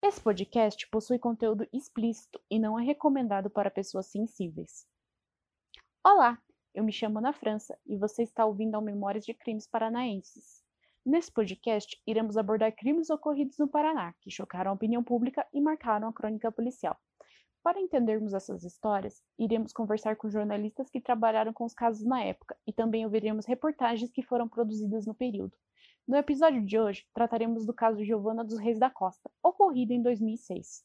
Esse podcast possui conteúdo explícito e não é recomendado para pessoas sensíveis. Olá, eu me chamo Ana França e você está ouvindo ao Memórias de Crimes Paranaenses. Nesse podcast, iremos abordar crimes ocorridos no Paraná, que chocaram a opinião pública e marcaram a crônica policial. Para entendermos essas histórias, iremos conversar com jornalistas que trabalharam com os casos na época e também ouviremos reportagens que foram produzidas no período. No episódio de hoje, trataremos do caso Giovana dos Reis da Costa, ocorrido em 2006.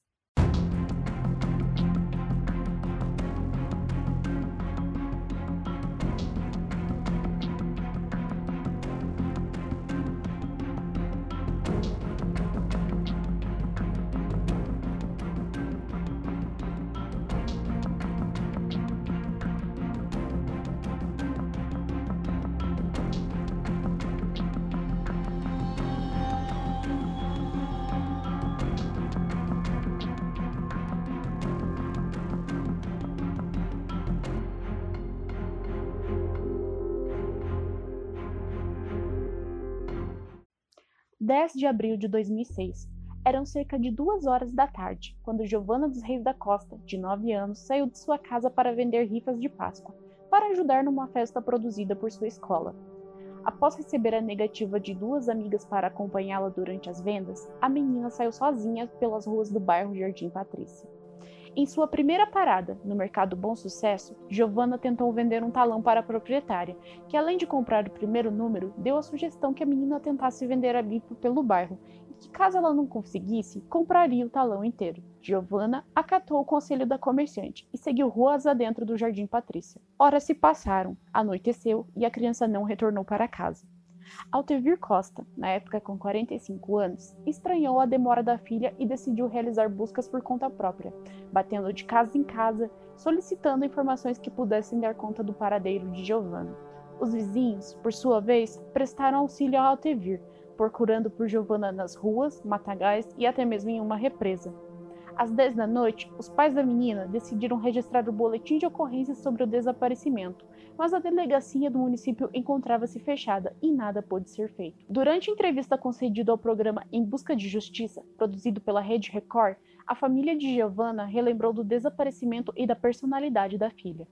– 10 de abril de 2006. Eram cerca de 2 horas da tarde, quando Giovana dos Reis da Costa, de 9 anos, saiu de sua casa para vender rifas de Páscoa, para ajudar numa festa produzida por sua escola. Após receber a negativa de 2 amigas para acompanhá-la durante as vendas, a menina saiu sozinha pelas ruas do bairro Jardim Patrícia. Em sua primeira parada, no mercado Bom Sucesso, Giovana tentou vender um talão para a proprietária, que além de comprar o primeiro número, deu a sugestão que a menina tentasse vender a bico pelo bairro, e que caso ela não conseguisse, compraria o talão inteiro. Giovana acatou o conselho da comerciante e seguiu ruas adentro do Jardim Patrícia. Horas se passaram, anoiteceu e a criança não retornou para casa. Altevir Costa, na época com 45 anos, estranhou a demora da filha e decidiu realizar buscas por conta própria, batendo de casa em casa, solicitando informações que pudessem dar conta do paradeiro de Giovana. Os vizinhos, por sua vez, prestaram auxílio a Altevir, procurando por Giovana nas ruas, matagais e até mesmo em uma represa. Às 10 da noite, os pais da menina decidiram registrar o boletim de ocorrência sobre o desaparecimento, mas a delegacia do município encontrava-se fechada e nada pôde ser feito. Durante a entrevista concedida ao programa Em Busca de Justiça, produzido pela Rede Record, a família de Giovana relembrou do desaparecimento e da personalidade da filha.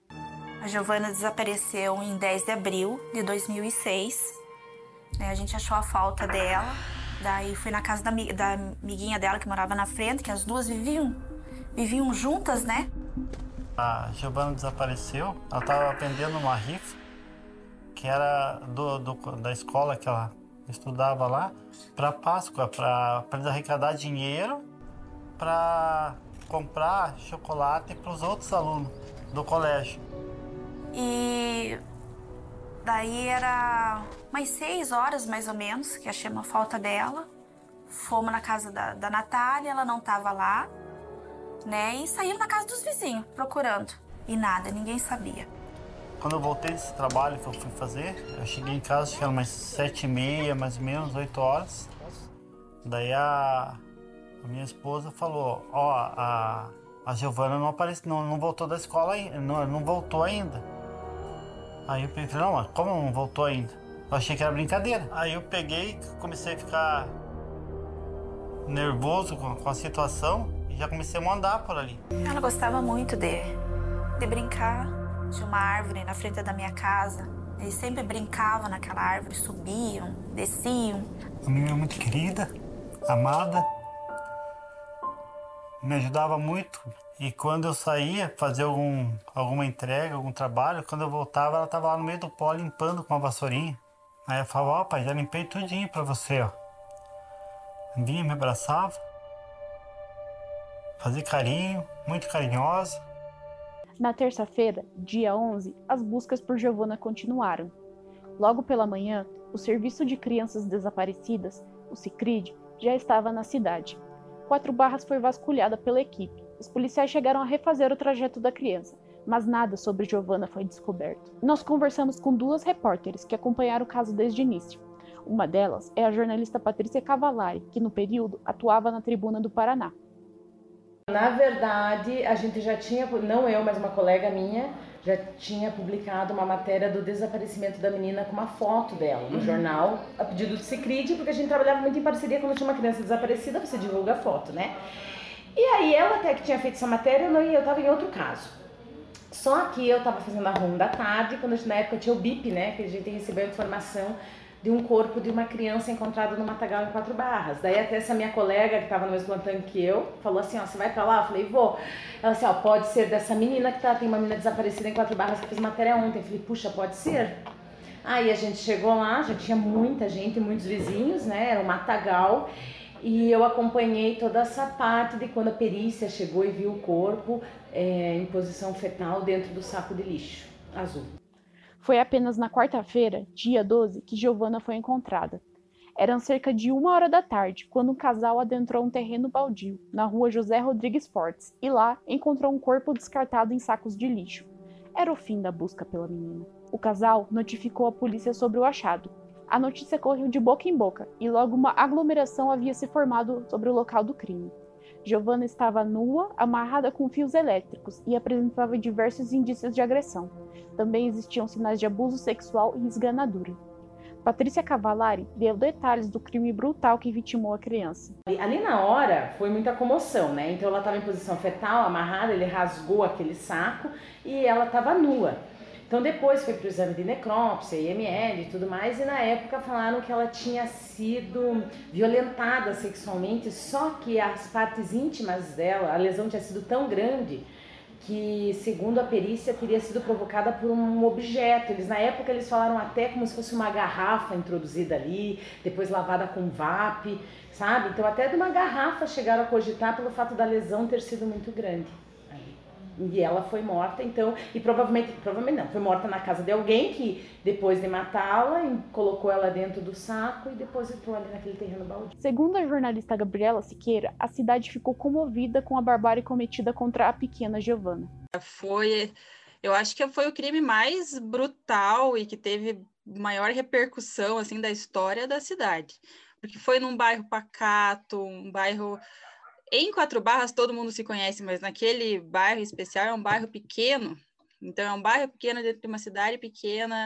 A Giovana desapareceu em 10 de abril de 2006. A gente achou a falta dela. Daí fui na casa da amiguinha dela que morava na frente, que as duas viviam juntas, né? A Giovana desapareceu, ela estava aprendendo uma rifa, que era da escola que ela estudava lá, para Páscoa, para eles arrecadar dinheiro para comprar chocolate para os outros alunos do colégio. E daí era umas 6 horas, mais ou menos, que achei uma falta dela. Fomos na casa da Natália, ela não estava lá, né? E saímos na casa dos vizinhos, procurando. E nada, ninguém sabia. Quando eu voltei desse trabalho que eu fui fazer, eu cheguei em casa, acho que era umas 7h30, mais ou menos, 8 horas. Daí a minha esposa falou, a Giovana não apareceu, não voltou da escola ainda, não voltou ainda. Aí eu pensei, não, mas como não voltou ainda? Eu achei que era brincadeira. Aí eu peguei e comecei a ficar nervoso com a situação e já comecei a andar por ali. Ela gostava muito de brincar. Tinha uma árvore na frente da minha casa. Eles sempre brincavam naquela árvore, subiam, desciam. A menina é muito querida, amada. Me ajudava muito. E quando eu saía fazer alguma entrega, algum trabalho, quando eu voltava, ela estava lá no meio do pó limpando com uma vassourinha. Aí eu falava, ó pai, já limpei tudinho pra você, ó. Vinha, me abraçava, fazia carinho, muito carinhosa. Na terça-feira, dia 11, as buscas por Giovana continuaram. Logo pela manhã, o Serviço de Crianças Desaparecidas, o SICRID, já estava na cidade. 4 Barras foi vasculhada pela equipe. Os policiais chegaram a refazer o trajeto da criança, mas nada sobre Giovana foi descoberto. Nós conversamos com 2 repórteres que acompanharam o caso desde o início. Uma delas é a jornalista Patrícia Cavallari, que no período atuava na Tribuna do Paraná. Na verdade, a gente já tinha, não eu, mas uma colega minha, já tinha publicado uma matéria do desaparecimento da menina com uma foto dela no jornal, a pedido do Sicredi, porque a gente trabalhava muito em parceria. Quando tinha uma criança desaparecida, você divulga a foto, né? E aí ela até que tinha feito essa matéria, eu estava em outro caso. Só que eu estava fazendo a ronda à tarde, quando na época tinha o BIP, né? Que a gente recebeu a informação de um corpo de uma criança encontrada no matagal em 4 Barras. Daí até essa minha colega, que estava no mesmo plantão que eu, falou assim, ó, você vai pra lá? Eu falei, vou. Ela assim, ó, pode ser dessa menina que tem uma menina desaparecida em 4 Barras que fez matéria ontem. Eu falei, puxa, pode ser? Aí a gente chegou lá, já tinha muita gente, muitos vizinhos, né, era um matagal. E eu acompanhei toda essa parte de quando a perícia chegou e viu o corpo em posição fetal dentro do saco de lixo azul. Foi apenas na quarta-feira, dia 12, que Giovana foi encontrada. Eram cerca de 1h da tarde, quando um casal adentrou um terreno baldio, na rua José Rodrigues Fortes, e lá encontrou um corpo descartado em sacos de lixo. Era o fim da busca pela menina. O casal notificou a polícia sobre o achado. A notícia correu de boca em boca, e logo uma aglomeração havia se formado sobre o local do crime. Giovana estava nua, amarrada com fios elétricos e apresentava diversos indícios de agressão. Também existiam sinais de abuso sexual e esganadura. Patrícia Cavallari deu detalhes do crime brutal que vitimou a criança. Ali na hora foi muita comoção, né? Então ela estava em posição fetal, amarrada, ele rasgou aquele saco e ela estava nua. Então depois foi para o exame de necrópsia, IML e tudo mais, e na época falaram que ela tinha sido violentada sexualmente, só que as partes íntimas dela, a lesão tinha sido tão grande que, segundo a perícia, teria sido provocada por um objeto. Na época eles falaram até como se fosse uma garrafa introduzida ali, depois lavada com VAP, sabe? Então até de uma garrafa chegaram a cogitar pelo fato da lesão ter sido muito grande. E ela foi morta, então, e provavelmente não, foi morta na casa de alguém que, depois de matá-la, colocou ela dentro do saco e depositou ali naquele terreno baldio. Segundo a jornalista Gabriela Siqueira, a cidade ficou comovida com a barbárie cometida contra a pequena Giovana. Eu acho que foi o crime mais brutal e que teve maior repercussão, assim, da história da cidade. Porque foi num bairro pacato, um bairro... Em 4 Barras todo mundo se conhece, mas naquele bairro especial é um bairro pequeno. Então é um bairro pequeno dentro de uma cidade pequena.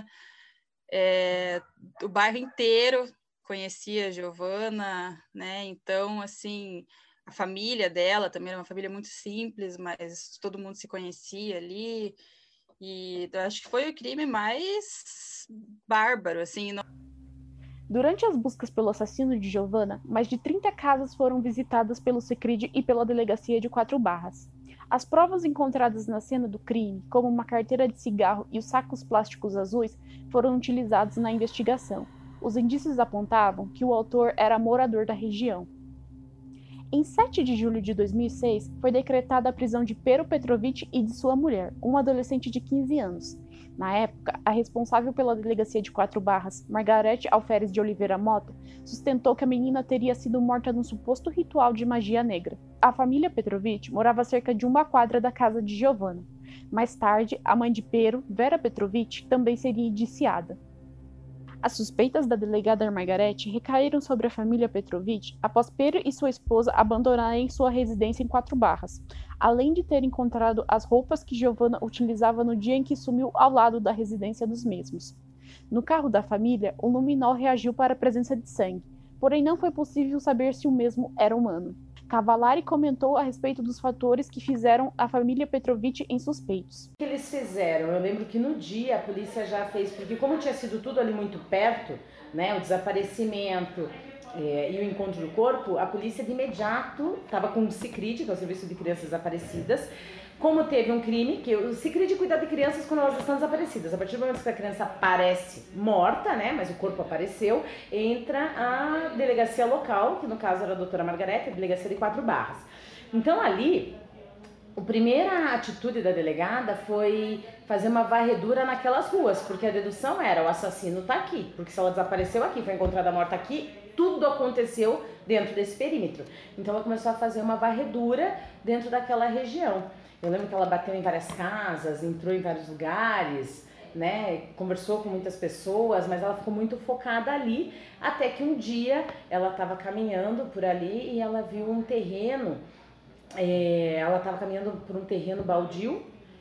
O bairro inteiro conhecia a Giovana, né? Então, assim, a família dela também era uma família muito simples, mas todo mundo se conhecia ali. E eu acho que foi o crime mais bárbaro, assim. Durante as buscas pelo assassino de Giovana, mais de 30 casas foram visitadas pelo Sicredi e pela delegacia de 4 Barras. As provas encontradas na cena do crime, como uma carteira de cigarro e os sacos plásticos azuis, foram utilizados na investigação. Os indícios apontavam que o autor era morador da região. Em 7 de julho de 2006, foi decretada a prisão de Pero Petrovic e de sua mulher, uma adolescente de 15 anos. Na época, a responsável pela delegacia de 4 Barras, Margarete Alferes de Oliveira Mota, sustentou que a menina teria sido morta num suposto ritual de magia negra. A família Petrovic morava a cerca de 1 quadra da casa de Giovana. Mais tarde, a mãe de Pero, Vera Petrovic, também seria indiciada. As suspeitas da delegada Margarete recaíram sobre a família Petrovic após Pero e sua esposa abandonarem sua residência em 4 Barras, além de ter encontrado as roupas que Giovana utilizava no dia em que sumiu ao lado da residência dos mesmos. No carro da família, o luminol reagiu para a presença de sangue, porém não foi possível saber se o mesmo era humano. Cavallari comentou a respeito dos fatores que fizeram a família Petrovic em suspeitos. O que eles fizeram? Eu lembro que no dia a polícia já fez, porque como tinha sido tudo ali muito perto, né, o desaparecimento e o encontro do corpo, a polícia de imediato estava com o Sicredi, que é o Serviço de Crianças Desaparecidas. Como teve um crime, que o Sicredi cuida de crianças quando elas estão desaparecidas. A partir do momento que a criança aparece morta, né, mas o corpo apareceu, entra a delegacia local, que no caso era a doutora Margarete, a delegacia de 4 Barras. Então ali, a primeira atitude da delegada foi fazer uma varredura naquelas ruas, porque a dedução era, o assassino está aqui, porque se ela desapareceu aqui, foi encontrada morta aqui, tudo aconteceu dentro desse perímetro. Então ela começou a fazer uma varredura dentro daquela região. Eu lembro que ela bateu em várias casas, entrou em vários lugares, né, conversou com muitas pessoas, mas ela ficou muito focada ali, até que um dia ela estava caminhando por ali e ela viu um terreno, ela estava caminhando por um terreno baldio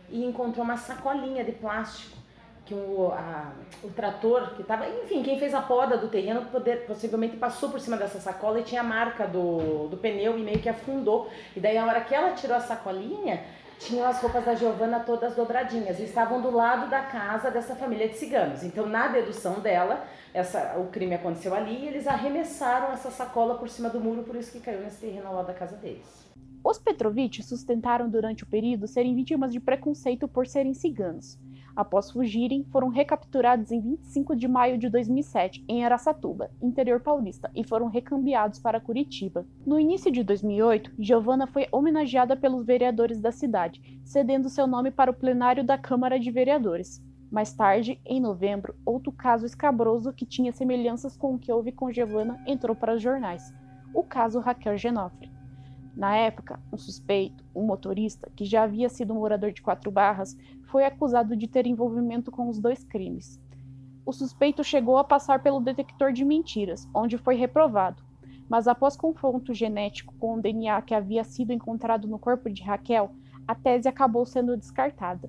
e encontrou uma sacolinha de plástico que o trator que estava, enfim, quem fez a poda do terreno possivelmente passou por cima dessa sacola e tinha a marca do pneu e meio que afundou. E daí, a hora que ela tirou a sacolinha, tinham as roupas da Giovana todas dobradinhas e estavam do lado da casa dessa família de ciganos. Então, na dedução dela, o crime aconteceu ali e eles arremessaram essa sacola por cima do muro, por isso que caiu nesse terreno ao lado da casa deles. Os Petrovich sustentaram durante o período serem vítimas de preconceito por serem ciganos. Após fugirem, foram recapturados em 25 de maio de 2007, em Araçatuba, interior paulista, e foram recambiados para Curitiba. No início de 2008, Giovana foi homenageada pelos vereadores da cidade, cedendo seu nome para o plenário da Câmara de Vereadores. Mais tarde, em novembro, outro caso escabroso que tinha semelhanças com o que houve com Giovana entrou para os jornais, o caso Raquel Genofre. Na época, um suspeito, um motorista, que já havia sido morador de Quatro Barras, foi acusado de ter envolvimento com os dois crimes. O suspeito chegou a passar pelo detector de mentiras, onde foi reprovado, mas após confronto genético com o DNA que havia sido encontrado no corpo de Raquel, a tese acabou sendo descartada.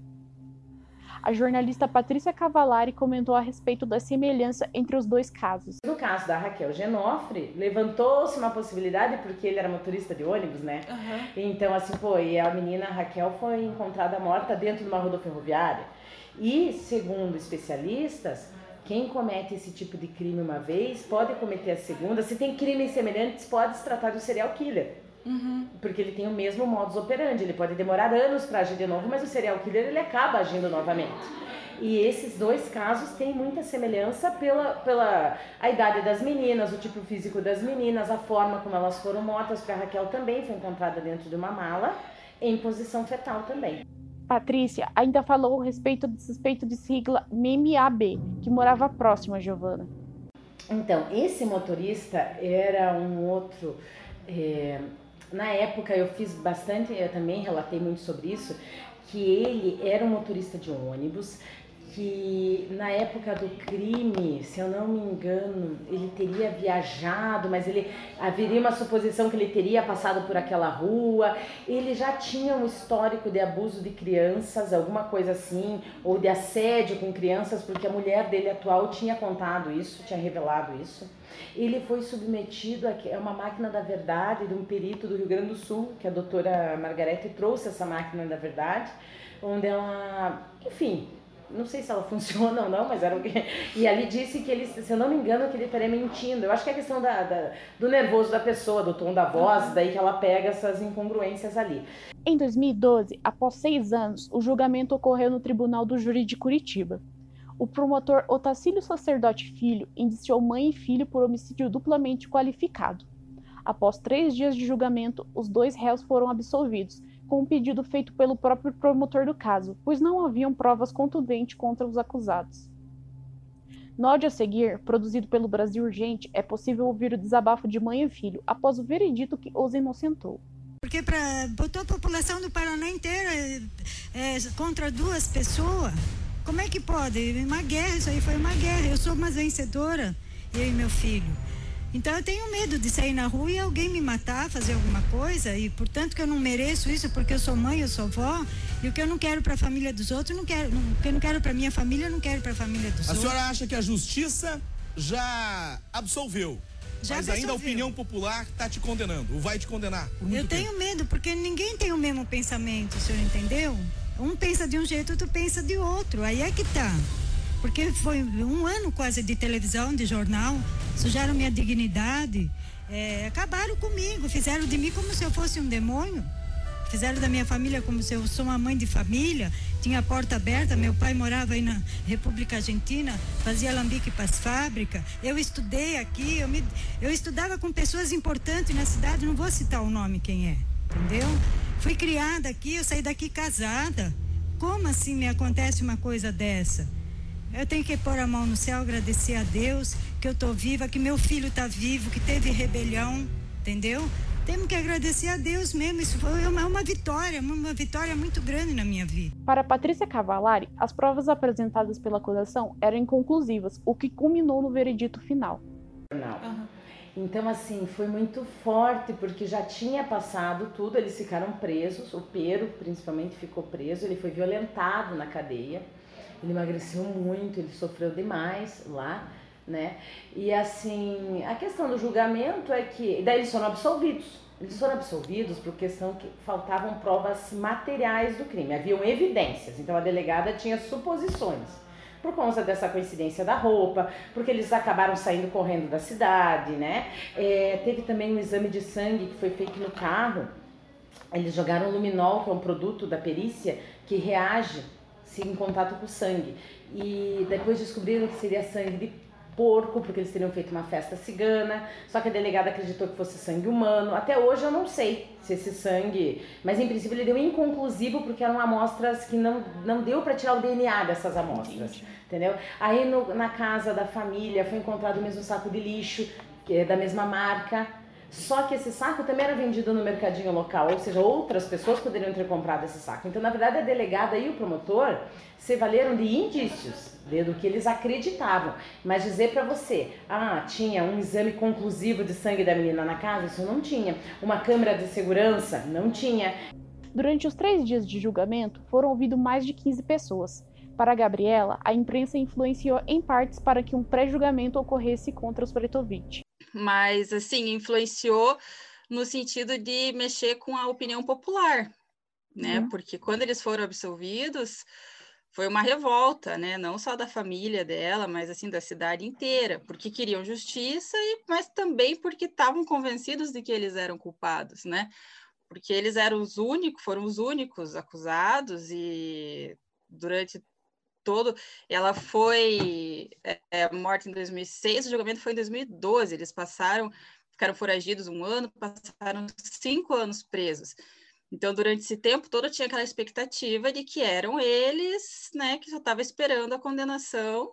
A jornalista Patrícia Cavallari comentou a respeito da semelhança entre os dois casos. No caso da Raquel Genofre, levantou-se uma possibilidade, porque ele era motorista de ônibus, né? Então, assim, e a menina Raquel foi encontrada morta dentro de uma rodoferroviária. E, segundo especialistas, quem comete esse tipo de crime uma vez pode cometer a segunda. Se tem crimes semelhantes, pode se tratar de um serial killer. Porque ele tem o mesmo modus operandi, ele pode demorar anos para agir de novo, mas o serial killer ele acaba agindo novamente. E esses dois casos têm muita semelhança pela a idade das meninas, o tipo físico das meninas, a forma como elas foram mortas, porque a Raquel também foi encontrada dentro de uma mala, em posição fetal também. Patrícia ainda falou a respeito do suspeito de sigla MAB, que morava próximo a Giovana. Então, esse motorista era um outro... Na época eu também relatei muito sobre isso, que ele era um motorista de ônibus, que na época do crime, se eu não me engano, ele teria viajado, mas haveria uma suposição que ele teria passado por aquela rua. Ele já tinha um histórico de abuso de crianças, alguma coisa assim, ou de assédio com crianças, porque a mulher dele atual tinha contado isso, tinha revelado isso. Ele foi submetido a uma máquina da verdade de um perito do Rio Grande do Sul, que a doutora Margarete trouxe essa máquina da verdade, onde ela, enfim, não sei se ela funciona ou não, mas era o que... E ali disse que ele, se eu não me engano, que ele estaria mentindo. Eu acho que é a questão do nervoso da pessoa, do tom da voz, daí que ela pega essas incongruências ali. Em 2012, após 6 anos, o julgamento ocorreu no Tribunal do Júri de Curitiba. O promotor Otacílio Sacerdote Filho indiciou mãe e filho por homicídio duplamente qualificado. Após 3 dias de julgamento, os 2 réus foram absolvidos, com um pedido feito pelo próprio promotor do caso, pois não haviam provas contundentes contra os acusados. No áudio a seguir, produzido pelo Brasil Urgente, é possível ouvir o desabafo de mãe e filho após o veredito que os inocentou. Porque botou a população do Paraná inteira contra 2 pessoas. Como é que pode? Uma guerra, isso aí foi uma guerra. Eu sou uma vencedora, eu e meu filho. Então eu tenho medo de sair na rua e alguém me matar, fazer alguma coisa, e portanto que eu não mereço isso, porque eu sou mãe, eu sou vó, e o que eu não quero para a família dos outros, o que eu não quero para minha família, eu não quero para a família dos outros. A senhora acha que a justiça já absolveu? Mas ainda a opinião popular está te condenando, ou vai te condenar por muito tempo? Eu tenho medo, porque ninguém tem o mesmo pensamento, o senhor entendeu? Um pensa de um jeito, outro pensa de outro, aí é que tá. Porque foi 1 ano quase de televisão, de jornal, sujaram minha dignidade, acabaram comigo, fizeram de mim como se eu fosse um demônio, fizeram da minha família como se eu sou uma mãe de família, tinha a porta aberta, meu pai morava aí na República Argentina, fazia alambique para as fábricas, eu estudei aqui, eu estudava com pessoas importantes na cidade, não vou citar o nome quem é, entendeu? Fui criada aqui, eu saí daqui casada, como assim me acontece uma coisa dessa? Eu tenho que pôr a mão no céu, agradecer a Deus que eu estou viva, que meu filho está vivo, que teve rebelião, entendeu? Temos que agradecer a Deus mesmo, isso foi uma vitória muito grande na minha vida. Para Patrícia Cavallari, as provas apresentadas pela acusação eram inconclusivas, o que culminou no veredito final. Então, assim, foi muito forte, porque já tinha passado tudo, eles ficaram presos, o Pero, principalmente, ficou preso, ele foi violentado na cadeia, ele emagreceu muito, ele sofreu demais lá, né? E, assim, a questão do julgamento é que, daí eles foram absolvidos. Eles foram absolvidos por questão que faltavam provas materiais do crime, haviam evidências, então a delegada tinha suposições. Por conta dessa coincidência da roupa, porque eles acabaram saindo correndo da cidade, né? Teve também um exame de sangue que foi feito no carro. Eles jogaram luminol, que é um produto da perícia, que reage se em contato com o sangue. E depois descobriram que seria sangue de porco, porque eles teriam feito uma festa cigana, só que a delegada acreditou que fosse sangue humano. Até hoje eu não sei se esse sangue, mas em princípio ele deu inconclusivo, porque eram amostras que não deu para tirar o DNA dessas amostras, entendeu? Aí na casa da família foi encontrado o mesmo saco de lixo, que é da mesma marca, só que esse saco também era vendido no mercadinho local, ou seja, outras pessoas poderiam ter comprado esse saco. Então, na verdade, a delegada e o promotor se valeram de indícios, do que eles acreditavam. Mas dizer pra você, tinha um exame conclusivo de sangue da menina na casa, isso não tinha. Uma câmera de segurança, não tinha. Durante os 3 dias de julgamento, foram ouvidos mais de 15 pessoas. Para a Gabriela, a imprensa influenciou em partes para que um pré-julgamento ocorresse contra os Bretovich. Mas, assim, influenciou no sentido de mexer com a opinião popular, né? Porque quando eles foram absolvidos, foi uma revolta, né? Não só da família dela, mas, assim, da cidade inteira, porque queriam justiça, mas também porque estavam convencidos de que eles eram culpados, né? Porque eles foram os únicos acusados e durante ela foi morta em 2006, o julgamento foi em 2012, eles ficaram foragidos 1 ano, passaram 5 anos presos. Então, durante esse tempo todo, tinha aquela expectativa de que eram eles, né, que só estavam esperando a condenação,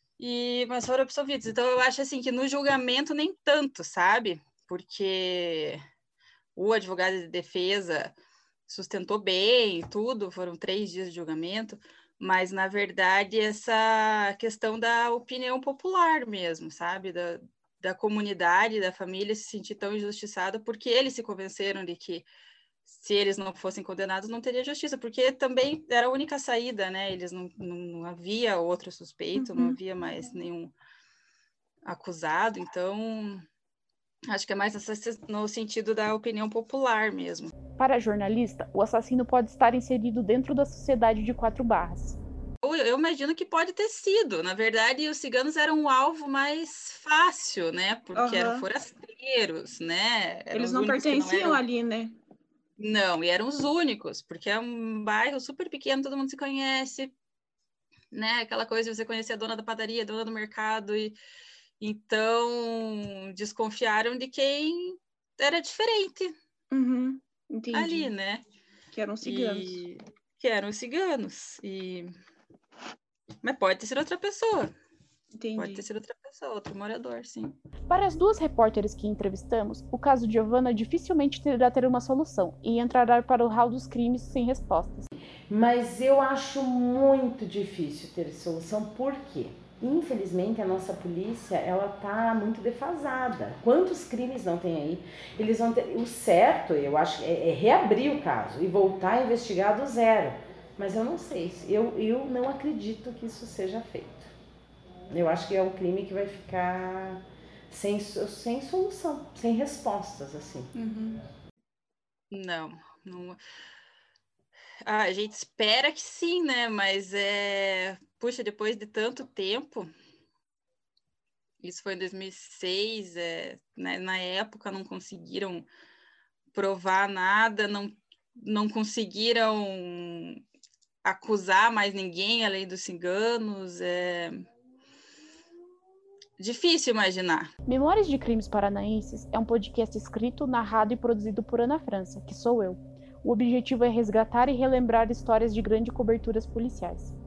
mas foram absolvidos. Então, eu acho assim que no julgamento nem tanto, sabe? Porque o advogado de defesa sustentou bem tudo, foram 3 dias de julgamento, mas, na verdade, essa questão da opinião popular mesmo, sabe? Da comunidade, da família se sentir tão injustiçada, porque eles se convenceram de que se eles não fossem condenados, não teria justiça, porque também era a única saída, né? Eles não havia outro suspeito, não havia mais nenhum acusado, então acho que é mais no sentido da opinião popular mesmo. Para a jornalista, o assassino pode estar inserido dentro da sociedade de 4 Barras. Eu imagino que pode ter sido. Na verdade, os ciganos eram um alvo mais fácil, né? Porque eram forasteiros, né? Eles não pertenciam ali, né? Não, e eram os únicos, porque é um bairro super pequeno, todo mundo se conhece, né? Aquela coisa de você conhecer a dona da padaria, a dona do mercado, e então desconfiaram de quem era diferente Entendi. Ali, né? Que eram ciganos. Mas pode ter sido outra pessoa. Entendi. Pode ter sido outra pessoa, outro morador, sim. Para as 2 repórteres que entrevistamos, o caso de Giovanna dificilmente irá ter uma solução e entrará para o hall dos crimes sem respostas. Mas eu acho muito difícil ter solução, por quê? Infelizmente, a nossa polícia, ela tá muito defasada. Quantos crimes não tem aí? Eles vão ter... O certo, eu acho, é reabrir o caso e voltar a investigar do zero. Mas eu não sei, eu não acredito que isso seja feito. Eu acho que é um crime que vai ficar sem solução, sem respostas, assim. Não. A gente espera que sim, né? Mas puxa, depois de tanto tempo, isso foi em 2006, né? Na época não conseguiram provar nada, não conseguiram acusar mais ninguém além dos ciganos, difícil imaginar. Memórias de Crimes Paranaenses é um podcast escrito, narrado e produzido por Ana França, que sou eu. O objetivo é resgatar e relembrar histórias de grandes coberturas policiais.